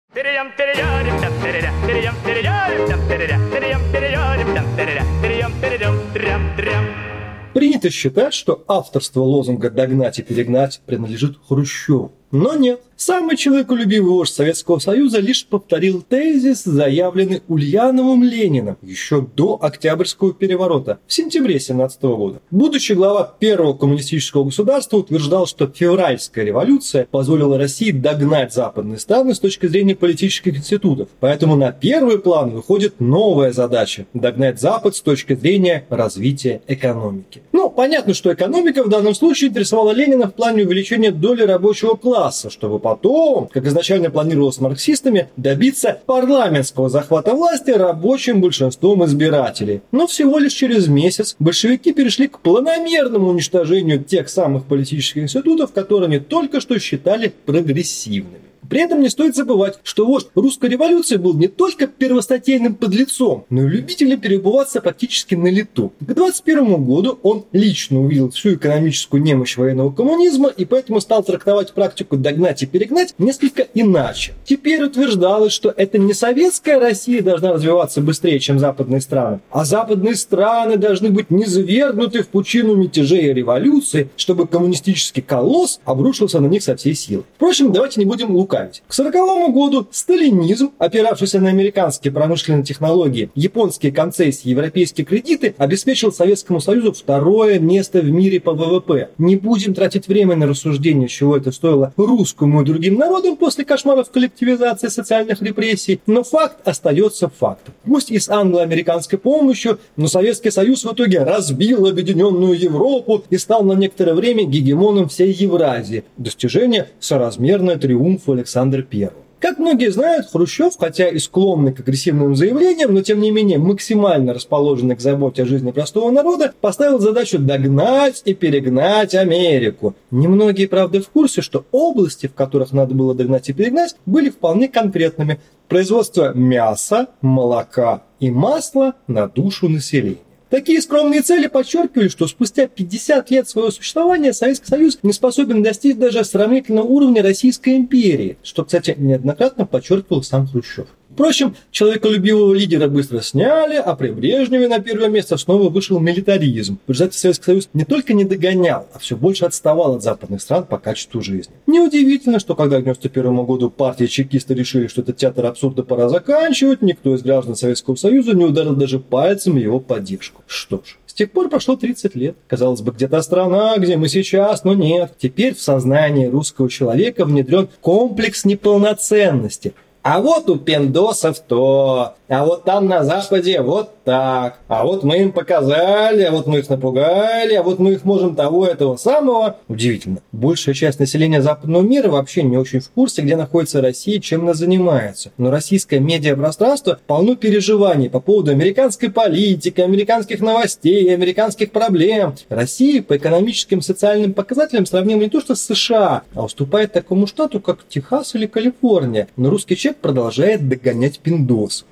Принято считать, что авторство лозунга «догнать и перегнать» принадлежит Хрущеву. Но нет. Самый человеколюбивый вождь Советского Союза лишь повторил тезис, заявленный Ульяновым Лениным еще до Октябрьского переворота в сентябре 1917 года. Будучи глава первого коммунистического государства, утверждал, что февральская революция позволила России догнать западные страны с точки зрения политических институтов. Поэтому на первый план выходит новая задача – догнать Запад с точки зрения развития экономики. Понятно, что экономика в данном случае интересовала Ленина в плане увеличения доли рабочего класса, чтобы потом, как изначально планировалось марксистами, добиться парламентского захвата власти рабочим большинством избирателей. Но всего лишь через месяц большевики перешли к планомерному уничтожению тех самых политических институтов, которые они только что считали прогрессивными. При этом не стоит забывать, что вождь русской революции был не только первостатейным подлецом, но и любителем переобуваться практически на лету. К 1921 году он лично увидел всю экономическую немощь военного коммунизма и поэтому стал трактовать практику «догнать и перегнать» несколько иначе. Теперь утверждалось, что это не советская Россия должна развиваться быстрее, чем западные страны, а западные страны должны быть низвергнуты в пучину мятежей и революции, чтобы коммунистический колосс обрушился на них со всей силы. Впрочем, давайте не будем лукавить. К 1940 году сталинизм, опиравшийся на американские промышленные технологии, японские концессии, европейские кредиты, обеспечил Советскому Союзу второе место в мире по ВВП. Не будем тратить время на рассуждение, чего это стоило русскому и другим народам после кошмаров коллективизации социальных репрессий, но факт остается фактом. Пусть и с англо-американской помощью, но Советский Союз в итоге разбил объединенную Европу и стал на некоторое время гегемоном всей Евразии. Достижение соразмерное триумфу Александра I. Как многие знают, Хрущев, хотя и склонный к агрессивным заявлениям, но тем не менее максимально расположенный к заботе о жизни простого народа, поставил задачу догнать и перегнать Америку. Немногие, правда, в курсе, что области, в которых надо было догнать и перегнать, были вполне конкретными. Производство мяса, молока и масла на душу населения. Такие скромные цели подчеркивали, что спустя 50 лет своего существования Советский Союз не способен достичь даже сравнительного уровня Российской империи, что, кстати, неоднократно подчеркивал сам Хрущев. Впрочем, человеколюбивого лидера быстро сняли, а при Брежневе на первое место снова вышел милитаризм. В результате Советский Союз не только не догонял, а все больше отставал от западных стран по качеству жизни. Неудивительно, что когда к 1991 году партия чекисты решили, что этот театр абсурда пора заканчивать, никто из граждан Советского Союза не ударил даже пальцем в его поддержку. Что ж, с тех пор прошло 30 лет. Казалось бы, где-то страна, где мы сейчас, но нет. Теперь в сознании русского человека внедрен комплекс неполноценности. А вот у пиндосов то, а вот там на Западе вот так, а вот мы им показали, а вот мы их напугали, а вот мы их можем того, этого самого. Удивительно. Большая часть населения западного мира вообще не очень в курсе, где находится Россия, чем она занимается. Но российское медиапространство полно переживаний по поводу американской политики, американских новостей, американских проблем. Россия по экономическим и социальным показателям сравнима не то что с США, а уступает такому штату, как Техас или Калифорния. Но русский человек продолжает догонять пиндосов.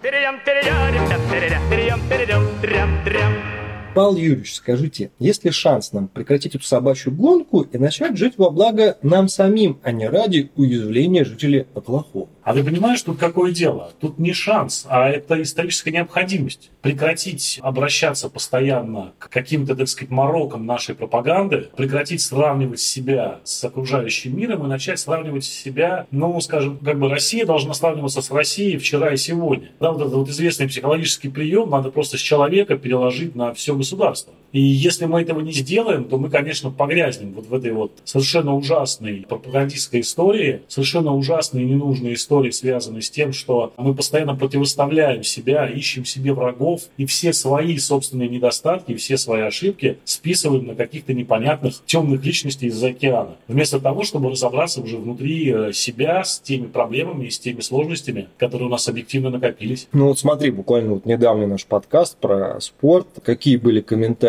Павел Юрьевич, скажите, есть ли шанс нам прекратить эту собачью гонку и начать жить во благо нам самим, а не ради уязвления жителей Оклахомы? А ты понимаешь, тут какое дело? Тут не шанс, а это историческая необходимость. Прекратить обращаться постоянно к каким-то, так сказать, морокам нашей пропаганды, прекратить сравнивать себя с окружающим миром и начать сравнивать себя, скажем, Россия должна сравниваться с Россией вчера и сегодня. Да, вот этот вот известный психологический прием надо просто с человека переложить на все государство. И если мы этого не сделаем, то мы, конечно, погрязнем вот в этой вот совершенно ужасной пропагандистской истории, совершенно ужасной и ненужной истории, связанной с тем, что мы постоянно противоставляем себя, ищем себе врагов и все свои собственные недостатки, все свои ошибки списываем на каких-то непонятных темных личностей из-за океана. Вместо того, чтобы разобраться уже внутри себя с теми проблемами и с теми сложностями, которые у нас объективно накопились. Смотри, буквально недавний наш подкаст про спорт. Какие были комментарии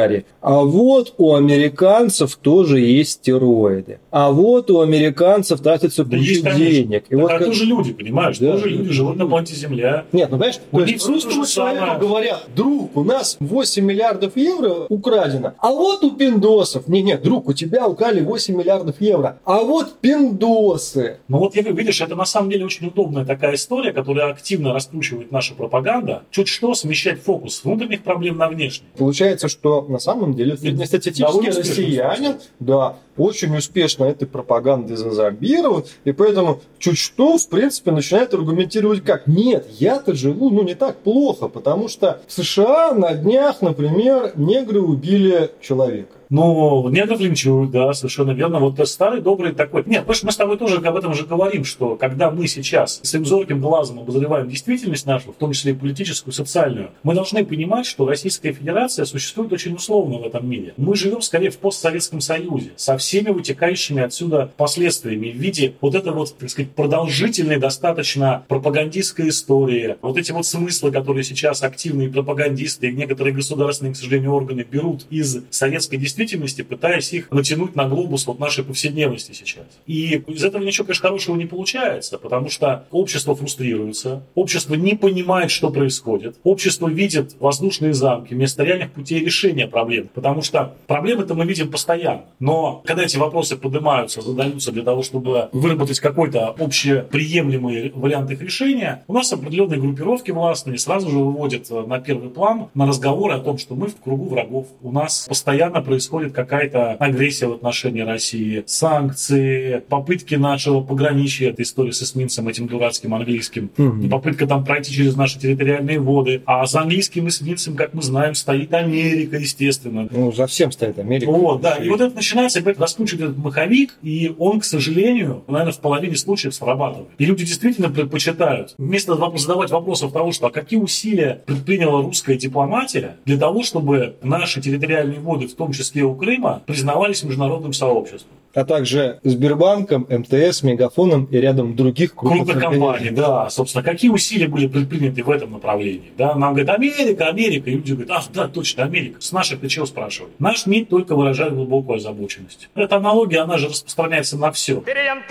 сценарий. А вот у американцев тоже есть стероиды. А вот у американцев тратится куча денег. И вот тоже люди, понимаешь? Да. Тоже люди живут на планете Земля. Нет, ну понимаешь, то есть русскому человеку говорят: друг, у нас 8 миллиардов евро украдено, а вот у пиндосов, нет, друг, у тебя украли 8 миллиардов евро, а вот пиндосы. Ну вот, видишь, это на самом деле очень удобная такая история, которая активно раскручивает наша пропаганда. Чуть что смещать фокус с внутренних проблем на внешние. Получается, что на самом деле среднестатистический россиянин, да, очень успешно этой пропагандой зазомбирован, и поэтому чуть что, в принципе, начинает аргументировать как: нет, я-то живу, не так плохо, потому что в США на днях, например, негры убили человека. Ну, негров линчуют, да, совершенно верно. Вот старый добрый такой. Нет, потому что мы с тобой тоже об этом же говорим, что когда мы сейчас своим зорким глазом обозреваем действительность нашу, в том числе и политическую, социальную, мы должны понимать, что Российская Федерация существует очень условно в этом мире. Мы живем скорее в постсоветском Союзе, со всеми вытекающими отсюда последствиями в виде вот этой вот, так сказать, продолжительной достаточно пропагандистской истории. Вот эти вот смыслы, которые сейчас активные пропагандисты и некоторые государственные, к сожалению, органы берут из советской действительности, пытаясь их натянуть на глобус вот нашей повседневности сейчас. И из этого ничего, конечно, хорошего не получается, потому что общество фрустрируется, общество не понимает, что происходит, общество видит воздушные замки вместо реальных путей решения проблем, потому что проблемы-то мы видим постоянно. Но когда эти вопросы поднимаются, задаются для того, чтобы выработать какой-то общеприемлемый вариант их решения, у нас определенные группировки властные сразу же выводят на первый план на разговоры о том, что мы в кругу врагов. У нас постоянно происходит какая-то агрессия в отношении России, санкции, попытки нашего пограничья, эта история с эсминцем этим дурацким английским, попытка там пройти через наши территориальные воды. А за английским эсминцем, как мы знаем, стоит Америка, естественно. Ну, за всем стоит Америка. Вот, да. И вот это начинается опять раскручивать этот маховик, и он, к сожалению, наверное, в половине случаев срабатывает. И люди действительно предпочитают, вместо задавать вопросов того, что какие усилия предприняла русская дипломатия для того, чтобы наши территориальные воды, в том числе у Крыма, признавались международным сообществом. А также Сбербанком, МТС, Мегафоном и рядом других крупных компаний. Да, собственно, какие усилия были предприняты в этом направлении? Да, нам говорят: Америка, Америка. И люди говорят: ах, да, точно, Америка. С наших плечей спрашивают. Наш МИД только выражает глубокую озабоченность. Эта аналогия, она же распространяется на все.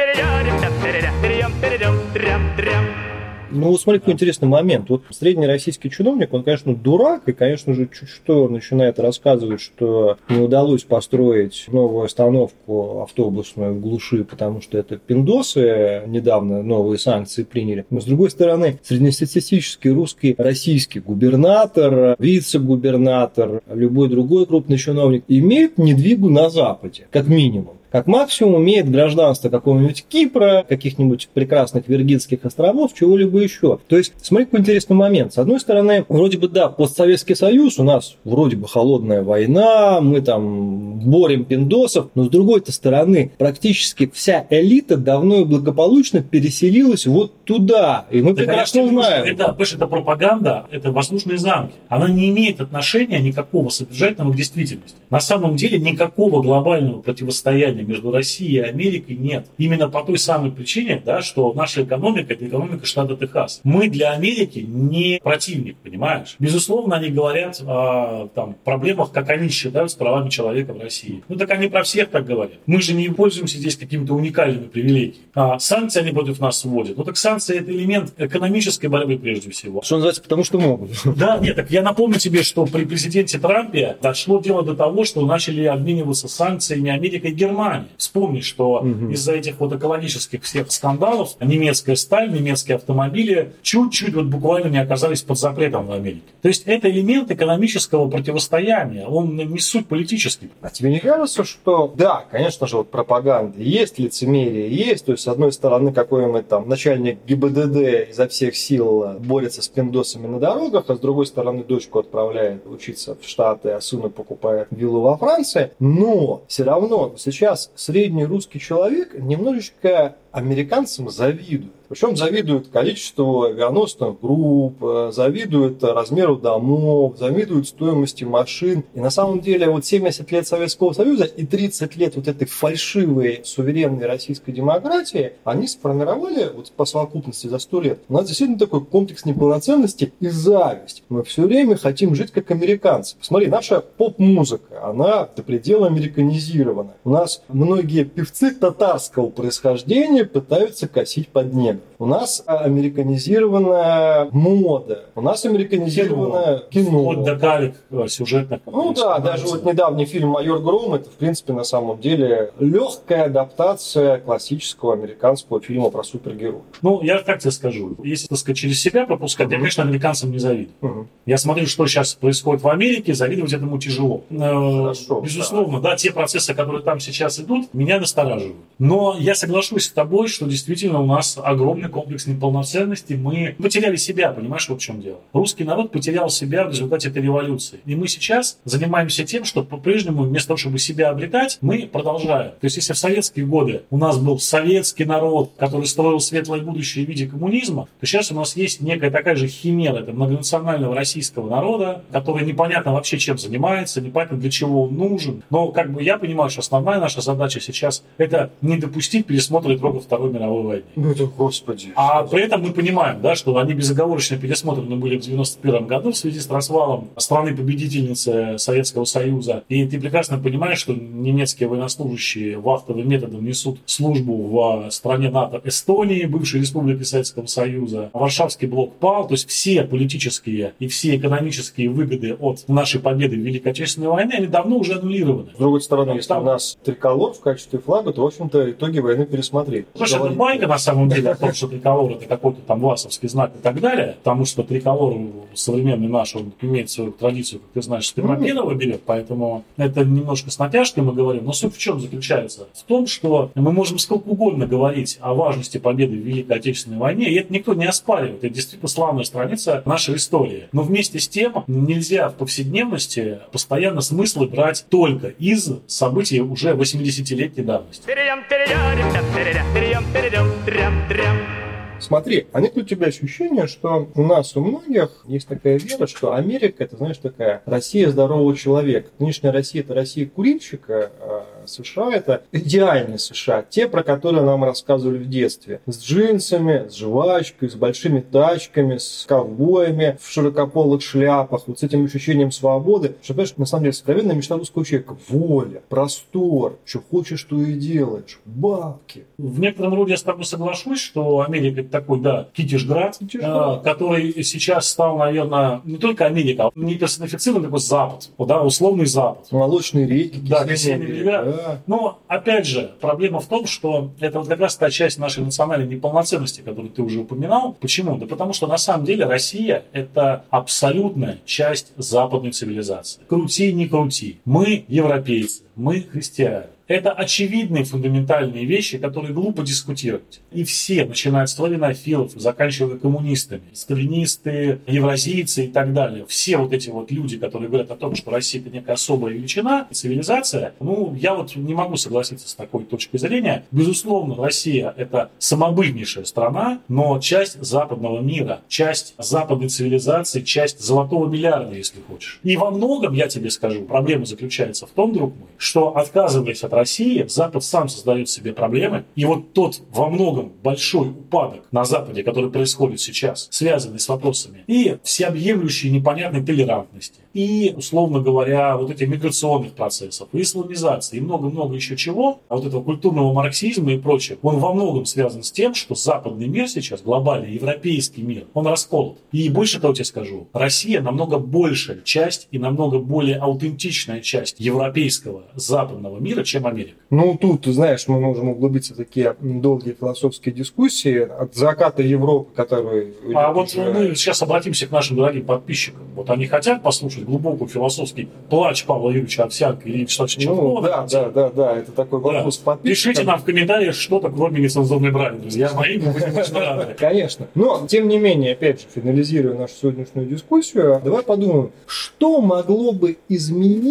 Ну, вот смотри, какой интересный момент. Вот средний российский чиновник, он, конечно, дурак, и, конечно же, чуть что начинает рассказывать, что не удалось построить новую остановку автобусную в глуши, потому что это пиндосы недавно новые санкции приняли. Но, с другой стороны, среднестатистический русский, российский губернатор, вице-губернатор, любой другой крупный чиновник имеет недвигу на Западе, как минимум. Как максимум имеет гражданство какого-нибудь Кипра, каких-нибудь прекрасных Виргинских островов, чего-либо еще. То есть, смотри, какой интересный момент. С одной стороны, вроде бы, да, постсоветский союз, у нас вроде бы холодная война, мы там борем пиндосов, но с другой-то стороны, практически вся элита давно и благополучно переселилась вот туда. И мы прекрасно знаем. Да, потому что это пропаганда, это воздушные замки. Она не имеет отношения никакого содержательного к действительности. На самом деле никакого глобального противостояния между Россией и Америкой нет. Именно по той самой причине, да, что наша экономика – это экономика штата Техас. Мы для Америки не противник, понимаешь? Безусловно, они говорят о проблемах, как они считают, с правами человека в России. Ну так они про всех так говорят. Мы же не пользуемся здесь какими-то уникальными привилегиями. Санкции они против нас вводят. Ну так санкции – это элемент экономической борьбы прежде всего. Что называется, потому что могут. Да, нет, так я напомню тебе, что при президенте Трампе дошло дело до того, что начали обмениваться санкциями Америка и Германия. Вспомни, что из-за этих вот экологических всех скандалов немецкая сталь, немецкие автомобили чуть-чуть вот буквально не оказались под запретом в Америке. То есть это элемент экономического противостояния, он не суть политический. А тебе не кажется, что да, конечно же, вот пропаганда есть, лицемерие есть, то есть с одной стороны какой-нибудь там начальник ГИБДД изо всех сил борется с пиндосами на дорогах, а с другой стороны дочку отправляет учиться в Штаты, а сына покупает виллу во Франции, но все равно сейчас средний русский человек немножечко американцам завидуют. Причем завидуют количеству авианосных групп, завидуют размеру домов, завидуют стоимости машин. И на самом деле вот 70 лет Советского Союза и 30 лет вот этой фальшивой суверенной российской демократии, они сформировали вот по совокупности за 100 лет. У нас действительно такой комплекс неполноценности и зависть. Мы все время хотим жить как американцы. Посмотри, наша поп-музыка, она до предела американизирована. У нас многие певцы татарского происхождения пытаются косить под негров. У нас американизирована мода, у нас американизировано кино. Вплоть до калик сюжетных. Ну да, даже вот недавний фильм «Майор Гром» это, в принципе, на самом деле легкая адаптация классического американского фильма про супергероев. Ну, я так тебе скажу. Если, так сказать, через себя пропускать, я, конечно, американцам не завидую. Я смотрю, что сейчас происходит в Америке, завидовать этому тяжело. Хорошо, безусловно, да, те процессы, которые там сейчас идут, меня настораживают. Но я соглашусь с тобой, что действительно у нас огромный комплекс неполноценности. Мы потеряли себя, понимаешь, вот в чем дело. Русский народ потерял себя в результате этой революции. И мы сейчас занимаемся тем, что по-прежнему, вместо того, чтобы себя обретать, мы продолжаем. То есть, если в советские годы у нас был советский народ, который строил светлое будущее в виде коммунизма, то сейчас у нас есть некая такая же химера, это многонационального российского народа, который непонятно вообще чем занимается, непонятно для чего он нужен. Но как бы я понимаю, что основная наша задача сейчас это не допустить пересмотра итогов Второй мировой войны. Ну это господи. А при этом мы понимаем, да, что они безоговорочно пересмотрены были в 1991 году в связи с развалом страны-победительницы Советского Союза. И ты прекрасно понимаешь, что немецкие военнослужащие вахтовым методом несут службу в стране НАТО Эстонии, бывшей республики Советского Союза. Варшавский блок пал. То есть все политические и все экономические выгоды от нашей победы в Великой Отечественной войне, они давно уже аннулированы. С другой стороны, если у нас триколор в качестве флага, то, в общем-то, итоги войны пересмотреть. Слушай, это байка на самом деле о том, что триколор это какой-то там власовский знак и так далее, потому что триколор современный наш, он имеет свою традицию, как ты знаешь, с первого берет, поэтому это немножко с натяжкой мы говорим, но суть в чем заключается? В том, что мы можем сколько угодно говорить о важности победы в Великой Отечественной войне, и это никто не оспаривает, это действительно славная страница нашей истории. Но вместе с тем нельзя в повседневности постоянно смыслы брать только из событий уже 80-летней давности. Смотри, а нет ли у тебя ощущения, что у нас у многих есть такая вера, что Америка это, знаешь, такая Россия здорового человека. Нынешняя Россия это Россия курильщика, а США это идеальные США, те, про которые нам рассказывали в детстве. С джинсами, с жвачкой, с большими тачками, с ковбоями, в широкополых шляпах, вот с этим ощущением свободы. Что, понимаешь, на самом деле, сокровенная мечта русского человека. Воля, простор, что хочешь, то и делаешь, бабки. В некотором роде я с тобой соглашусь, что Америка это такой, да, Китежград, который сейчас стал, наверное, не только Америка, а не персонифицированный такой Запад, да, условный Запад. Молочные реки, да, весенние берега. Да. Но, опять же, проблема в том, что это вот как раз та часть нашей национальной неполноценности, которую ты уже упоминал. Почему? Да потому что на самом деле Россия это абсолютная часть западной цивилизации. Крути, не крути. Мы европейцы, мы христиане. Это очевидные фундаментальные вещи, которые глупо дискутировать. И все, начиная от славянофилов, заканчивая коммунистами, сталинисты, евразийцы и так далее, все вот эти вот люди, которые говорят о том, что Россия это некая особая величина, цивилизация, ну, я вот не могу согласиться с такой точкой зрения. Безусловно, Россия это самобытнейшая страна, но часть западного мира, часть западной цивилизации, часть золотого миллиарда, если хочешь. И во многом, я тебе скажу, проблема заключается в том, друг мой, что отказываясь от России, Запад сам создает себе проблемы. И вот тот во многом большой упадок на Западе, который происходит сейчас, связанный с вопросами и всеобъемлющей непонятной толерантности, и, условно говоря, вот этих миграционных процессов, и исламизации, и много-много еще чего, а вот этого культурного марксизма и прочее, он во многом связан с тем, что западный мир сейчас, глобальный европейский мир, он расколот. И больше того тебе скажу, Россия намного большая часть и намного более аутентичная часть европейского западного мира, чем Америка. Ну, тут, знаешь, мы можем углубиться в такие долгие философские дискуссии от заката Европы, который... А вот мы сейчас обратимся к нашим дорогим подписчикам. Вот они хотят послушать глубокий философский плач Павла Юрьевича Овсянко или Вячеслава Чернова? Да, это такой вопрос подписчиков. Пишите нам в комментариях что-то, кроме нецензурной брани, друзья мои, мы будем очень рады. Конечно. Но, тем не менее, опять же, финализируя нашу сегодняшнюю дискуссию, давай подумаем, что могло бы изменить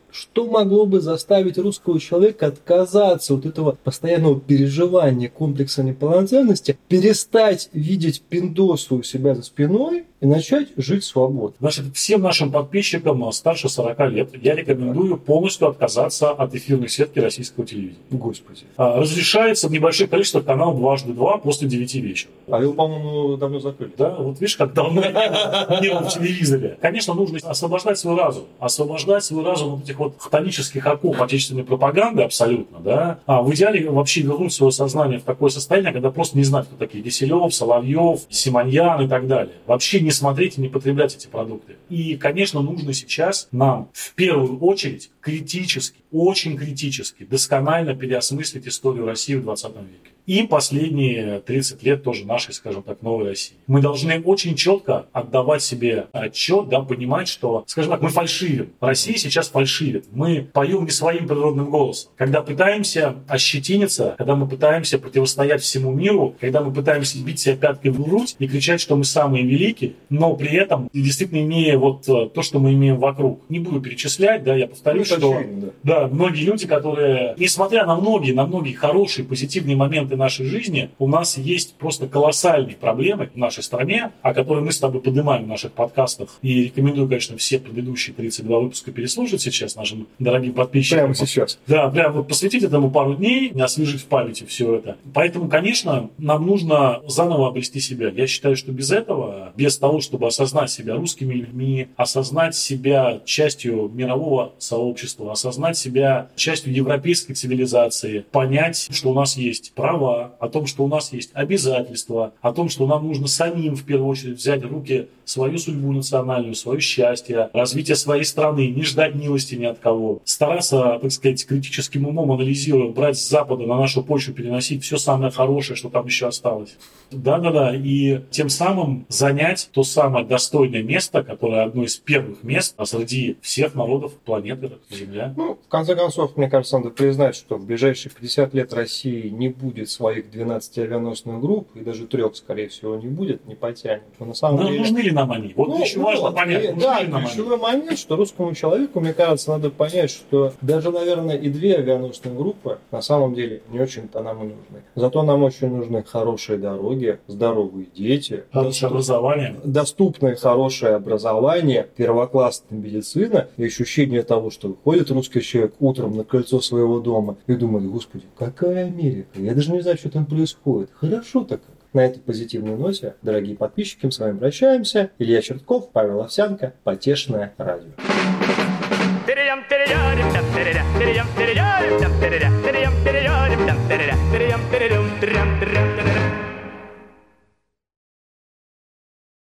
Что могло бы заставить русского человека отказаться от этого постоянного переживания комплекса неполноценности, перестать видеть пиндосу у себя за спиной и начать жить свободно? Значит, всем нашим подписчикам старше 40 лет я рекомендую полностью отказаться от эфирной сетки российского телевидения. Господи. Разрешается в небольших количествах канал 2x2 после 9 вечера. А его, по-моему, давно закрыли. Да, вот видишь, как давно не было в телевизоре. Конечно, нужно освобождать свой разум. Освобождать свой разум от этих вот хтонических оков отечественной пропаганды абсолютно, да. В идеале вообще вернуть свое сознание в такое состояние, когда просто не знать, кто такие Киселев, Соловьев, Симоньян и так далее. Вообще не смотреть и не потреблять эти продукты. И, конечно, нужно сейчас нам в первую очередь критически, очень критически, досконально переосмыслить историю России в 20 веке. И последние 30 лет тоже нашей, скажем так, новой России. Мы должны очень четко отдавать себе отчет, да, понимать, что, скажем так, мы фальшивим. Россия сейчас фальшивит. Мы поем не своим природным голосом. Когда пытаемся ощетиниться, когда мы пытаемся противостоять всему миру, когда мы пытаемся бить себя пяткой в грудь и кричать, что мы самые великие, но при этом действительно имея вот то, что мы имеем вокруг. Не буду перечислять, да, я повторю, что да, многие люди, которые, несмотря на многие хорошие, позитивные моменты нашей жизни, у нас есть просто колоссальные проблемы в нашей стране, о которых мы с тобой поднимаем в наших подкастах. И рекомендую, конечно, все предыдущие 32 выпуска переслушать сейчас нашим дорогим подписчикам. Прямо сейчас. Да, прямо вот посвятить этому пару дней, освежить в памяти все это. Поэтому, конечно, нам нужно заново обрести себя. Я считаю, что без этого, без того, чтобы осознать себя русскими людьми, осознать себя частью мирового сообщества, осознать себя частью европейской цивилизации, понять, что у нас есть права, о том, что у нас есть обязательства, о том, что нам нужно самим в первую очередь взять в руки свою судьбу национальную, свое счастье, развитие своей страны, не ждать милости ни от кого, стараться, так сказать, критическим умом анализируя, брать с Запада на нашу почву, переносить все самое хорошее, что там еще осталось. Да, и тем самым занять то самое достойное место, которое одно из первых мест среди всех народов планеты Земля. Ну, в конце концов, мне кажется, надо признать, что в ближайшие 50 лет России не будет своих 12 авианосных групп, и даже 3, скорее всего, не будет, не потянет. Но на самом деле... Нужны ли нам они? Вот еще важно понять, да, ключевой момент, что русскому человеку, мне кажется, надо понять, что даже, наверное, и 2 авианосные группы на самом деле не очень-то нам и нужны. Зато нам очень нужны хорошие дороги, здоровые дети, хорошее образование, доступное хорошее образование, первоклассная медицина и ощущение того, что выходит русский человек утром на крыльцо своего дома и думает: господи, какая Америка? Я даже не знаю, что там происходит. Хорошо-то как. На этой позитивной ноте, дорогие подписчики, мы с вами прощаемся. Илья Чертков, Павел Овсянко, Потешное радио.